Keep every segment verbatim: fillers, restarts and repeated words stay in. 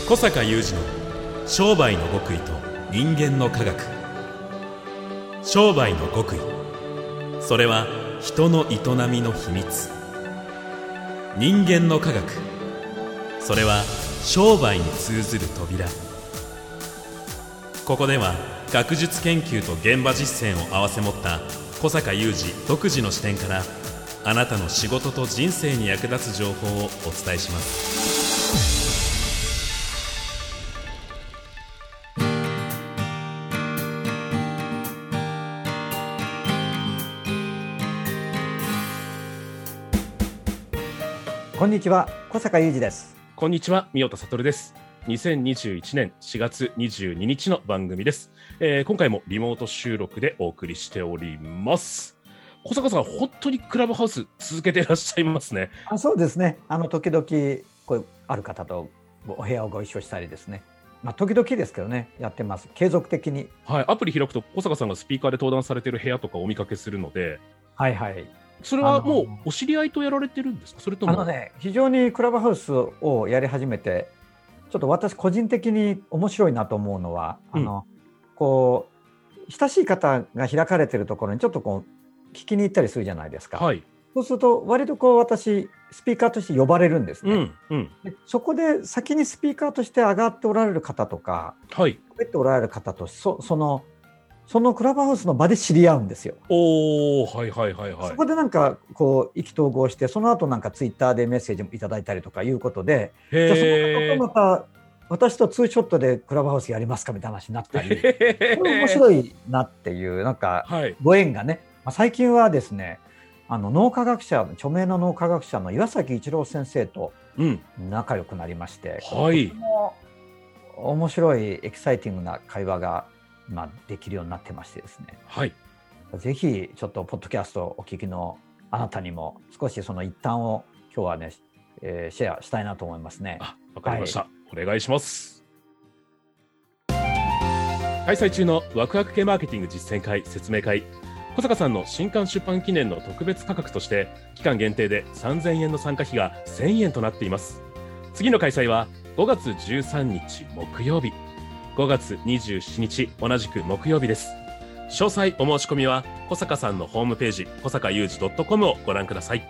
小坂雄二の商売の極意と人間の科学。商売の極意、それは人の営みの秘密。人間の科学、それは商売に通ずる扉。ここでは学術研究と現場実践を併せ持った小坂雄二独自の視点から、あなたの仕事と人生に役立つ情報をお伝えします。 こんにちは、小坂雄二です。 こんにちは、三代田悟です。にせんにじゅういちねんしがつにじゅうににちの番組です。えー、今回もリモート収録でお送りしております。小坂さん、本当にクラブハウス続けていらっしゃいますね。 あ、そうですね。あの時々こうある方とお部屋をご一緒したりですね。まあ時々ですけどね、やってます。継続的に。 はい、アプリ開くと小坂さんがスピーカーで登壇されている部屋とかお見かけするので。 はいはい。 それはもうお知り合いとやられてるんですか？それとも。 あのね、非常にクラブハウスをやり始めて、ちょっと私個人的に面白いなと思うのは、うん、あのこう親しい方が開かれてるところにちょっとこう聞きに行ったりするじゃないですか。 はい、 そうすると割とこう私スピーカーとして呼ばれるんですね。 うんうん、 でそこで先にスピーカーとして上がっておられる方とか、 はい、 喋っておられる方と そ, そのそのクラブハウスの場で知り合うんですよ。 おー、はいはいはいはい。 そこでなんかこう意気投合して、その後なんかツイッターでメッセージもいただいたりとかいうことで、じゃあその方とまた私とツーショットでクラブハウスやりますかみたいな話になったり、これ面白いなっていうなんかご縁がね、はい、まあ、最近はですね、あの脳科学者、著名な脳科学者の岩崎一郎先生と仲良くなりまして、 うん、はい、 とても面白いエキサイティングな会話がまあ、できるようになってましてですね、 はい、 ぜひちょっとポッドキャストをお聞きのあなたにも少しその一端を今日はね、えー、シェアしたいなと思いますね。 あ、わかりました、はい、お願いします。開催中のワクワク系マーケティング実践会説明会、小坂さんの新刊出版記念の特別価格として期間限定でさんぜんえんの参加費がせんえんとなっています。次の開催はごがつじゅうさんにち木曜日、ごがつにじゅうしちにち同じく木曜日です。詳細お申し込みは小坂さんのホームページ小坂雄二 .com をご覧ください。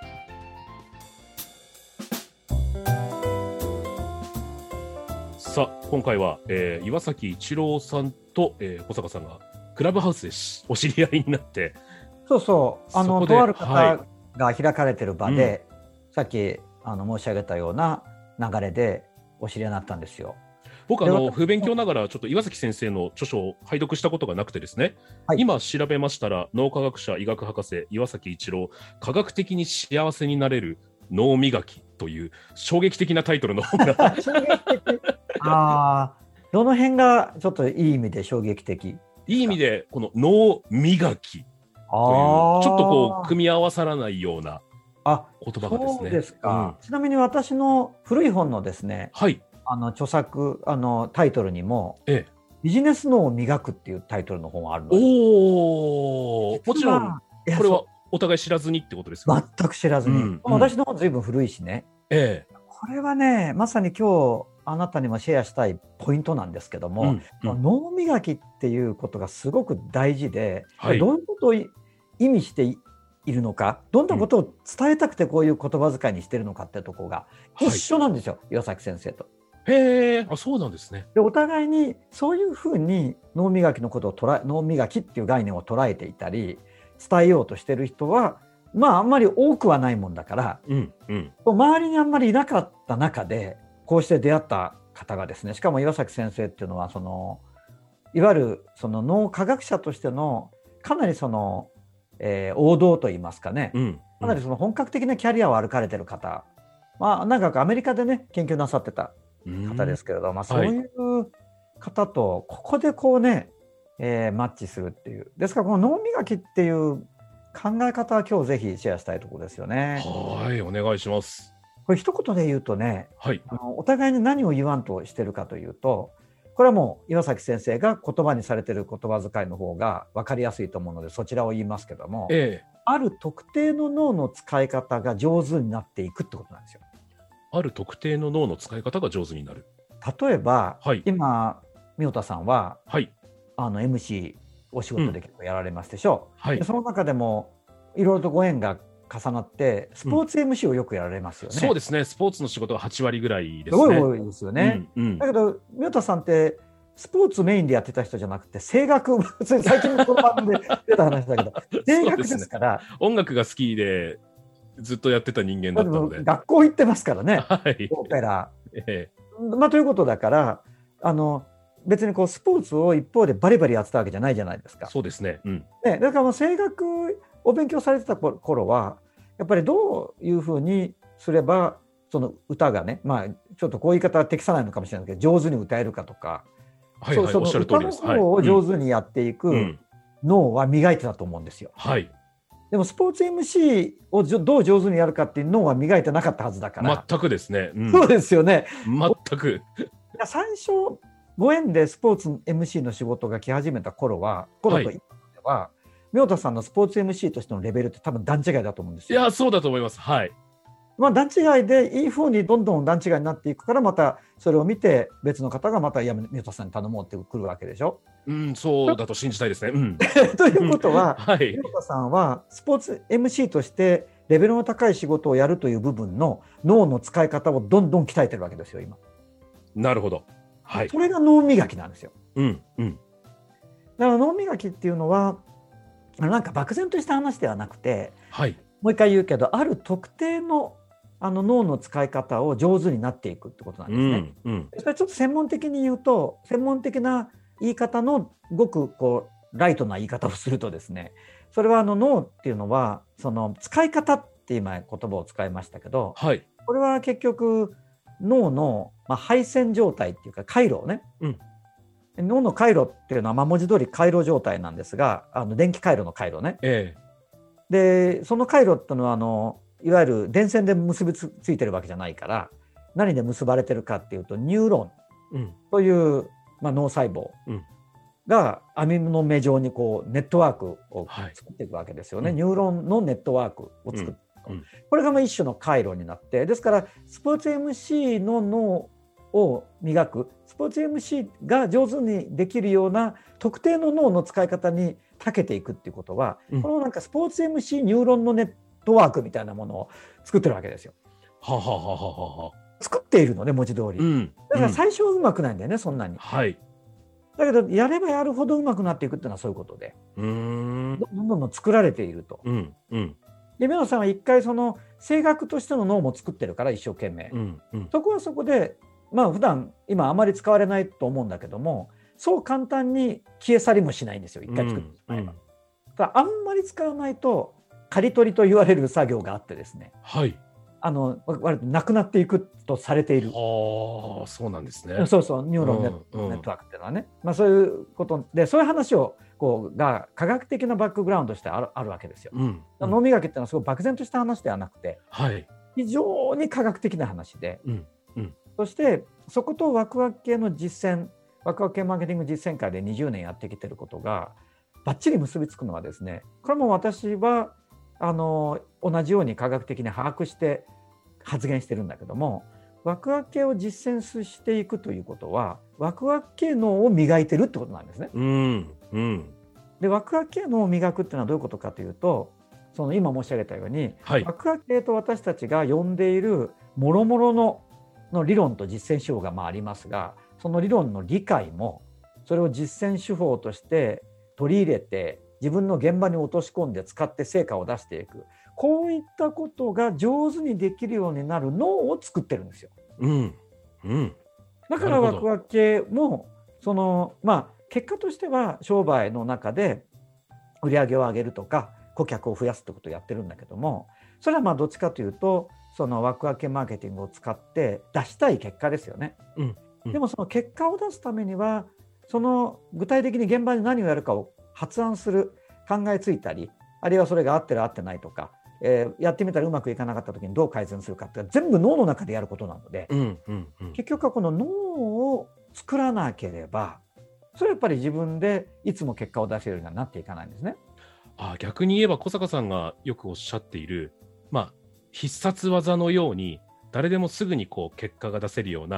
さあ今回は、えー、岩崎一郎さんと、えー、小坂さんがクラブハウスでお知り合いになって、 そうそうあのとある方が開かれてる場で、はい、うん、さっきあの申し上げたような流れでお知り合いになったんですよ。 僕あの不勉強ながらちょっと岩崎先生の著書を拝読したことがなくてですね、はい、今調べましたら脳科学者医学博士岩崎一郎科学的に幸せになれる脳磨きという衝撃的なタイトルの本が衝撃的あどの辺がちょっといい意味で衝撃的？ いい意味でこの脳磨きというちょっとこう組み合わさらないような言葉がですね。 そうですか、うん、ちなみに私の古い本のですね、 はい、 あの著作あのタイトルにも、ええ、ビジネス脳を磨くっていうタイトルの本があるので、 おー、もちろんこれはお互い知らずにってことですか？ 全く知らずに、うんうん、私の本ずいぶん古いしね、ええ、これはねまさに今日あなたにもシェアしたいポイントなんですけども、うんうん、脳磨きっていうことがすごく大事で、はい、どういうことを意味しているのか、どんなことを伝えたくてこういう言葉遣いにしてるのかってところが一緒なんですよ、はい、岩崎先生と。 へー、あ、そうなんですね。 でお互いにそういうふうに脳磨きのことを捉え脳磨きっていう概念を捉えていたり伝えようとしてる人はまああんまり多くはないもんだから、うんうん、周りにあんまりいなかった中でこうして出会った方がですね、しかも岩崎先生っていうのはそのいわゆるその脳科学者としてのかなりその、えー、王道といいますかね、うんうん、かなりその本格的なキャリアを歩かれてる方、まあ長くアメリカでね研究なさってた方ですけれど、まあ、そういう方とここでこうね、えー、マッチするっていう、ですからこの脳磨きっていう考え方は今日ぜひシェアしたいところですよね。 はい、お願いします。 これ一言で言うとね、はい、あのお互いに何を言わんとしてるかというと、これはもう岩崎先生が言葉にされている言葉遣いの方が分かりやすいと思うのでそちらを言いますけども、ええ、ある特定の脳の使い方が上手になっていくってことなんですよ。 ある特定の脳の使い方が上手になる。 例えば、 はい、 今三代田さんは、 はい、 あの エムシー お仕事で結構やられますでしょう、 はい、 でその中でもいろいろとご縁が重なってスポーツ エムシー をよくやられますよね、 うん、そうですね。スポーツの仕事がはちわりぐらいですね。 すごい多いですよね、 うんうん、 だけど三代田さんってスポーツメインでやってた人じゃなくて声楽最近この番組で出た話だけど声楽ですから、 ね、音楽が好きでずっとやってた人間だったので、 学校行ってますからね、 はい、 オペラ、 えーまあ、ということだからあの別にこうスポーツを一方でバリバリやってたわけじゃないじゃないですか。 そうですね、うん、 ね、だからもう声楽を勉強されてた頃はやっぱりどういうふうにすればその歌がね、まあちょっとこういう言い方は適さないのかもしれないけど上手に歌えるかとか、 はいはい、 その歌の方を上手にやっていく脳は磨いてたと思うんですよ、 はい、 でもスポーツ エムシー をどう上手にやるかっていう脳は磨いてなかったはずだから。 全くですね、うん、 そうですよね、 全く最初ご縁でスポーツ エムシー の仕事が来始めた頃は頃と今では三代田さんのスポーツ エムシー としてのレベルって多分段違いだと思うんですよ。 いやそうだと思います。はい、 まあ、段違いでいい風にどんどん段違いになっていくからまたそれを見て別の方がまた三代田さんに頼もうってくるわけでしょ。 うん、そうだと信じたいですね、うん、 ということは、 はい、 三代田さんはスポーツ エムシー としてレベルの高い仕事をやるという部分の脳の使い方をどんどん鍛えてるわけですよ今。 なるほど、はい、 それが脳磨きなんですよ、 うんうん、 だから脳磨きっていうのはなんか漠然とした話ではなくて、 はい、 もう一回言うけどある特定のあの脳の使い方を上手になっていくってことなんですね、うんうん、それちょっと専門的に言うと専門的な言い方のごくこうライトな言い方をするとですね、それはあの脳っていうのはその使い方って今言葉を使いましたけど、 はい、 これは結局脳の、まあ、配線状態っていうか回路をね、うん、脳の回路っていうのは、まあ、文字通り回路状態なんですがあの電気回路の回路ね、ええ、でその回路っていうのはあのいわゆる電線で結びついてるわけじゃないから何で結ばれてるかっていうとニューロンという、うんまあ、脳細胞が網の目状にこうネットワークを作っていくわけですよね、はい、ニューロンのネットワークを作っていく、うんうん、これがまあ一種の回路になってですからスポーツ エムシー の脳を磨くスポーツ エムシー が上手にできるような特定の脳の使い方に長けていくっていうことは、うん、このなんかスポーツ エムシー ニューロンのネットワークみたいなものを作ってるわけですよ。ははははは作っているのね文字通り、うん、だから最初はうまくないんだよねそんなに、はい、だけどやればやるほどうまくなっていくっていうのはそういうことでうーんどんどんどん作られていると、うんうん、で宮野さんは一回その声楽としての脳も作ってるから一生懸命、うんうん、そこはそこでまあ普段今あまり使われないと思うんだけどもそう簡単に消え去りもしないんですよ一回作ってしまえば、うんうん、ただあんまり使わないと刈り取りと言われる作業があってですね、はい、あの割となくなっていくとされている。 ああそうなんですね。 そうそうニューロンネット、うんうん、ネットワークっていうのはね、まあ、そういうことでそういう話をこうが科学的なバックグラウンドとしてある、あるわけですよ、うんうん、脳磨きっていうのはすごい漠然とした話ではなくて、はい、非常に科学的な話で、うんうん、そしてそことワクワク系の実践ワクワク系マーケティング実践会でにじゅうねんやってきてることがバッチリ結びつくのはですね、これも私はあの同じように科学的に把握して発言してるんだけども、ワクワク系を実践していくということはワクワク系脳を磨いてるってことなんですね、うんうん、でワクワク系脳を磨くっていうのはどういうことかというとその今申し上げたように、はい、ワクワク系と私たちが呼んでいるもろもろのの理論と実践手法がまあありますが、その理論の理解もそれを実践手法として取り入れて自分の現場に落とし込んで使って成果を出していく、こういったことが上手にできるようになる脳を作ってるんですよ、うんうん、だからワクワク系もその、まあ、結果としては商売の中で売り上げを上げるとか顧客を増やすってことをやってるんだけども、それはまあどっちかというとそのワクワク系マーケティングを使って出したい結果ですよね、うんうん、でもその結果を出すためにはその具体的に現場で何をやるかを発案する、考えついたり、あるいはそれが合ってる合ってないとか、えー、やってみたらうまくいかなかった時にどう改善するかって全部脳の中でやることなので、うんうんうん、結局はこの脳を作らなければそれはやっぱり自分でいつも結果を出せるようになっていかないんですね。 あ、逆に言えば小坂さんがよくおっしゃっている、まあ、必殺技のように誰でもすぐにこう結果が出せるような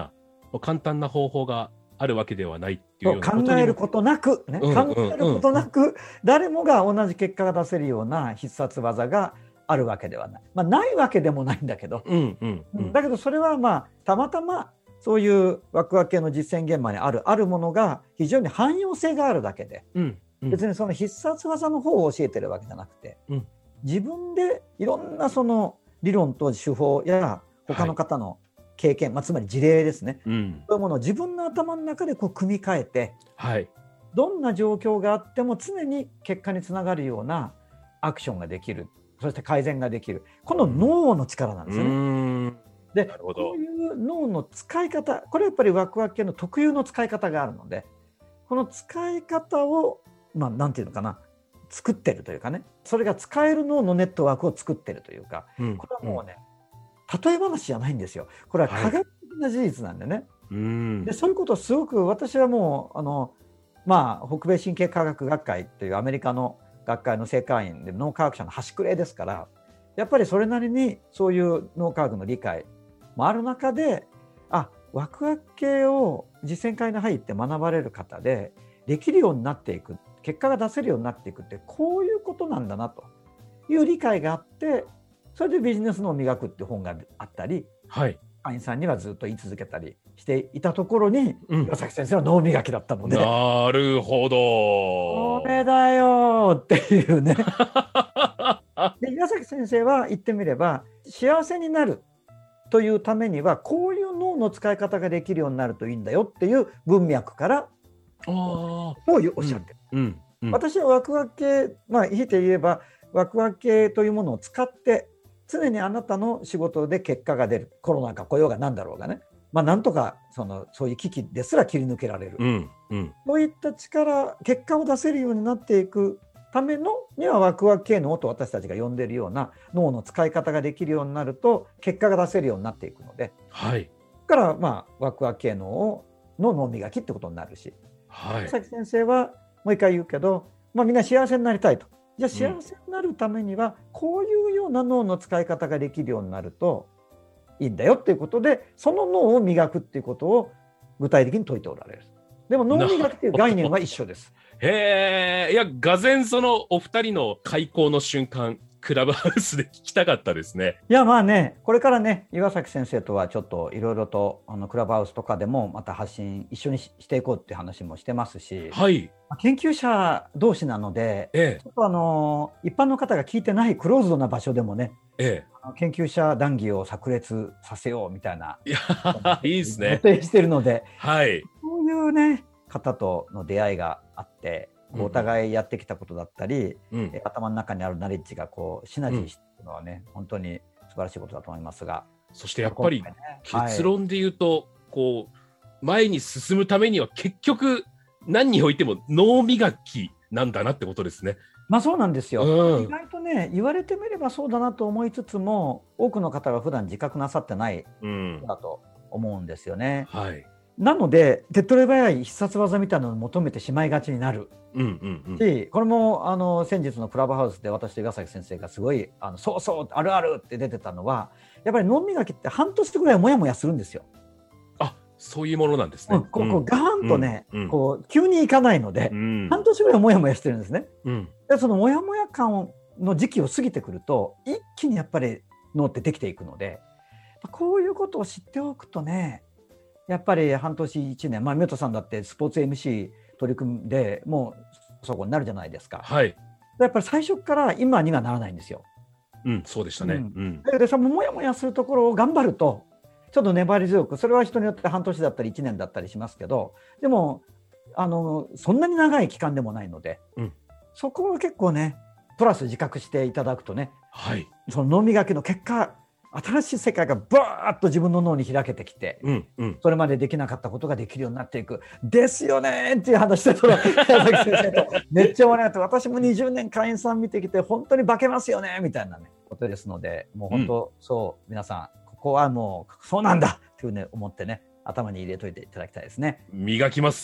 簡単な方法があるわけではないっていうようなことに考えることなく、ねうんうんうん、考えることなく誰もが同じ結果が出せるような必殺技があるわけではない、まあ、ないわけでもないんだけど、うんうんうん、だけどそれはまあたまたまそういうワクワク系の実践現場にあるあるものが非常に汎用性があるだけで、うんうん、別にその必殺技の方を教えてるわけじゃなくて、うん、自分でいろんなその理論と手法や他の方の経験、はいまあ、つまり事例ですね、うん、そういうものを自分の頭の中でこう組み替えて、はい、どんな状況があっても常に結果につながるようなアクションができる、そして改善ができる、この脳の力なんですよね。うんでこういう脳の使い方、これやっぱりワクワク系の特有の使い方があるので、この使い方を、まあ、なんていうのかな、作ってるというかね、それが使える脳のネットワークを作ってるというか、うん、これはもうね、うん、例え話じゃないんですよ。これは科学的な事実なんでね、はい、うんでそういうことをすごく私はもうあの、まあ、北米神経科学学会というアメリカの学会の正会員で脳科学者の端くれですから、やっぱりそれなりにそういう脳科学の理解もある中で、あ、ワクワク系を実践会に入って学ばれる方でできるようになっていく、結果が出せるようになっていくってこういうことなんだなという理解があって、それでビジネス脳を磨くっていう本があったり、はい、会員さんにはずっと言い続けたりしていたところに、うん、岩崎先生は脳磨きだったので、 なるほどこれだよっていうねで岩崎先生は言ってみれば、幸せになるというためにはこういう脳の使い方ができるようになるといいんだよっていう文脈からそうおっしゃってる、うんうんうん、私はワクワク系、まあ引いて言えばワクワク系というものを使って常にあなたの仕事で結果が出る、コロナか来ようが何だろうがね、まあ、なんとかそのそういう危機ですら切り抜けられる、うんうん、そういった力、結果を出せるようになっていくためのにはワクワク系脳と私たちが呼んでいるような脳の使い方ができるようになると結果が出せるようになっていくので、はい、だからまあワクワク系脳の脳磨きってことになるし、はい、佐々木先生はもう一回言うけど、まあ、みんな幸せになりたいと。じゃあ幸せになるためにはこういうような脳の使い方ができるようになるといいんだよっていうことで、その脳を磨くっていうことを具体的に説いておられる。でも脳磨きっていう概念は一緒です。 へえ、いや、がぜんそのお二人の開口の瞬間、クラブハウスで聞きたかったですね。 いや、まあね、これからね、岩崎先生とはちょっといろいろとあのクラブハウスとかでもまた発信一緒に し, していこうっていう話もしてますし、はい、研究者同士なので、ええ、ちょっとあの一般の方が聞いてないクローズドな場所でもね、ええ、研究者談義を炸裂させようみたいな、 いやいいですね、 予定してるので、はい、そういうね方との出会いがあって、お互いやってきたことだったり、うん、頭の中にあるナレッジがこうシナジーしているのはね、うん、本当に素晴らしいことだと思いますが、 そしてやっぱり、ね、結論で言うと、はい、こう前に進むためには結局何においても脳磨きなんだなってことですね。 まあそうなんですよ、うん、意外とね言われてみればそうだなと思いつつも、多くの方が普段自覚なさってないだと思うんですよね、うん、はい。なので手っ取り早い必殺技みたいなのを求めてしまいがちになる、うんうんうん、し、これもあの先日のクラブハウスで私と岩崎先生がすごいあのそうそうあるあるって出てたのは、やっぱり脳磨きって半年ぐらいモヤモヤするんですよ。 あ、そういうものなんですね。うん、 こうガーンとね、うんうん、こう急にいかないので、うん、半年ぐらいモヤモヤしてるんですね、うん、でそのモヤモヤ感の時期を過ぎてくると一気にやっぱり脳ってできていくので、こういうことを知っておくとね、やっぱり半年いちねん、まあ宮田さんだってスポーツ エムシー 取り組んでもうそこになるじゃないですか、はい、やっぱり最初から今にはならないんですよ。 うん、そうでしたね、うんうん、でそのもやもやするところを頑張るとちょっと粘り強く、それは人によって半年だったりいちねんだったりしますけど、でもあのそんなに長い期間でもないので、うん、そこを結構ねプラス自覚していただくとね、はい、その脳磨きの結果新しい世界がバーッと自分の脳に開けてきて、うんうん、それまでできなかったことができるようになっていくですよねっていう話で、その矢崎先生とめっちゃ盛り上がって、私もにじゅうねん会員さん見てきて本当に化けますよねみたいな、ね、ことですので、もう本当、うん、そう皆さんここはもうそうなんだというふうに思ってね、頭に入れといていただきたいですね。 磨きます。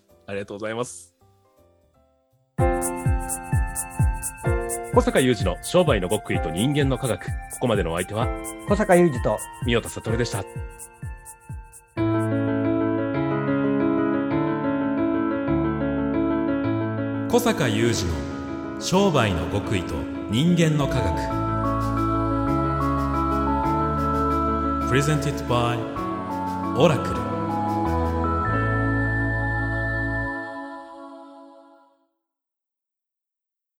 ありがとうございます。小坂雄二の商売の極意と人間の科学。ここまでのお相手は小坂雄二と三代田悟でした。 小坂雄二の商売の極意と人間の科学。プレゼンティッドバイオラクル。